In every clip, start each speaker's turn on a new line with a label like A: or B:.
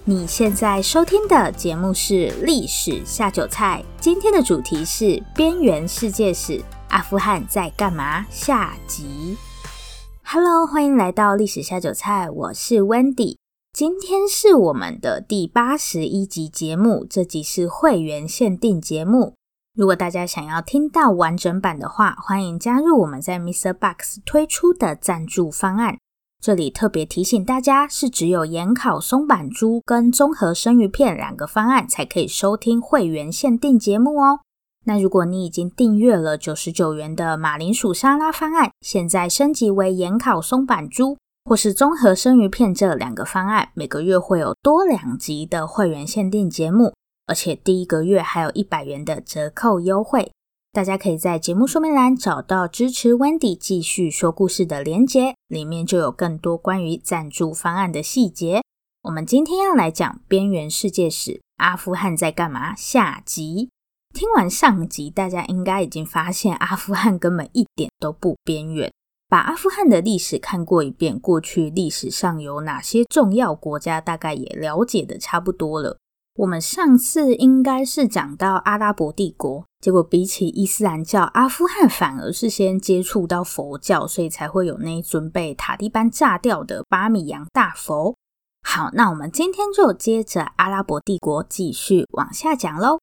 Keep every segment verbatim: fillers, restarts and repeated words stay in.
A: 你现在收听的节目是历史下酒菜，今天的主题是边缘世界史，阿富汗在干嘛下集。 Hello， 欢迎来到历史下酒菜，我是 Wendy。 今天是我们的第八十一集节目，这集是会员限定节目。如果大家想要听到完整版的话，欢迎加入我们在 Mister Box 推出的赞助方案。这里特别提醒大家，是只有盐烤松板猪跟综合生鱼片两个方案才可以收听会员限定节目哦。那如果你已经订阅了九十九元的马铃薯沙拉方案，现在升级为盐烤松板猪或是综合生鱼片这两个方案，每个月会有多两集的会员限定节目，而且第一个月还有一百元的折扣优惠。大家可以在节目说明栏找到支持 Wendy 继续说故事的连结，里面就有更多关于赞助方案的细节。我们今天要来讲边缘世界史，阿富汗在干嘛下集。听完上集，大家应该已经发现阿富汗根本一点都不边缘。把阿富汗的历史看过一遍，过去历史上有哪些重要国家大概也了解的差不多了。我们上次应该是讲到阿拉伯帝国，结果比起伊斯兰教，阿富汗反而是先接触到佛教，所以才会有那一尊被塔利班炸掉的巴米扬大佛。好，那我们今天就接着阿拉伯帝国继续往下讲咯。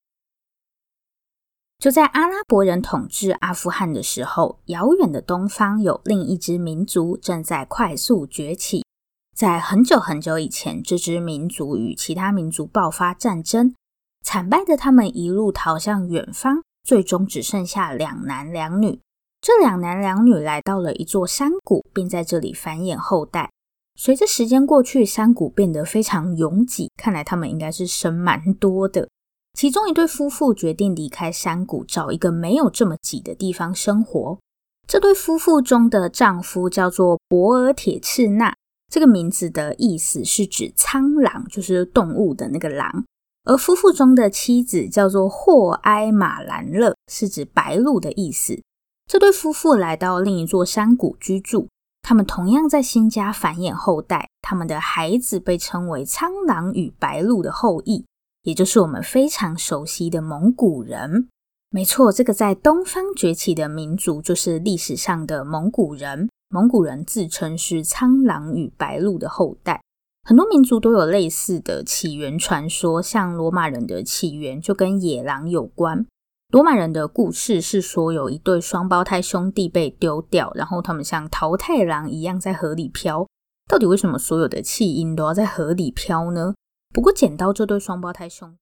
A: 就在阿拉伯人统治阿富汗的时候，遥远的东方有另一支民族正在快速崛起。在很久很久以前，这支民族与其他民族爆发战争，惨败的他们一路逃向远方，最终只剩下两男两女。这两男两女来到了一座山谷，并在这里繁衍后代。随着时间过去，山谷变得非常拥挤，看来他们应该是生蛮多的。其中一对夫妇决定离开山谷，找一个没有这么挤的地方生活。这对夫妇中的丈夫叫做博尔铁赤纳，这个名字的意思是指苍狼，就是动物的那个狼。而夫妇中的妻子叫做霍埃马兰勒，是指白鹭的意思。这对夫妇来到另一座山谷居住，他们同样在新家繁衍后代，他们的孩子被称为苍狼与白鹭的后裔，也就是我们非常熟悉的蒙古人。没错，这个在东方崛起的民族就是历史上的蒙古人。蒙古人自称是苍狼与白鹭的后代。很多民族都有类似的起源传说，像罗马人的起源就跟野狼有关。罗马人的故事是说，有一对双胞胎兄弟被丢掉，然后他们像桃太郎一样在河里飘。到底为什么所有的弃婴都要在河里飘呢？不过捡到这对双胞胎兄弟